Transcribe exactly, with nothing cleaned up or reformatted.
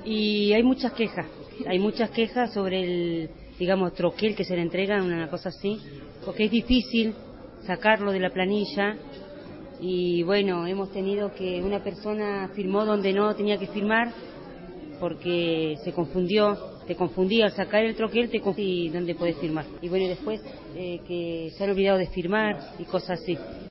Y hay muchas quejas, hay muchas quejas sobre el, digamos, troquel que se le entrega, una cosa así, porque es difícil sacarlo de la planilla. Y bueno, hemos tenido que una persona firmó donde no tenía que firmar porque se confundió, te confundía al sacar el troquel, te confundí dónde podés firmar. Y bueno, después eh, que se han olvidado de firmar y cosas así.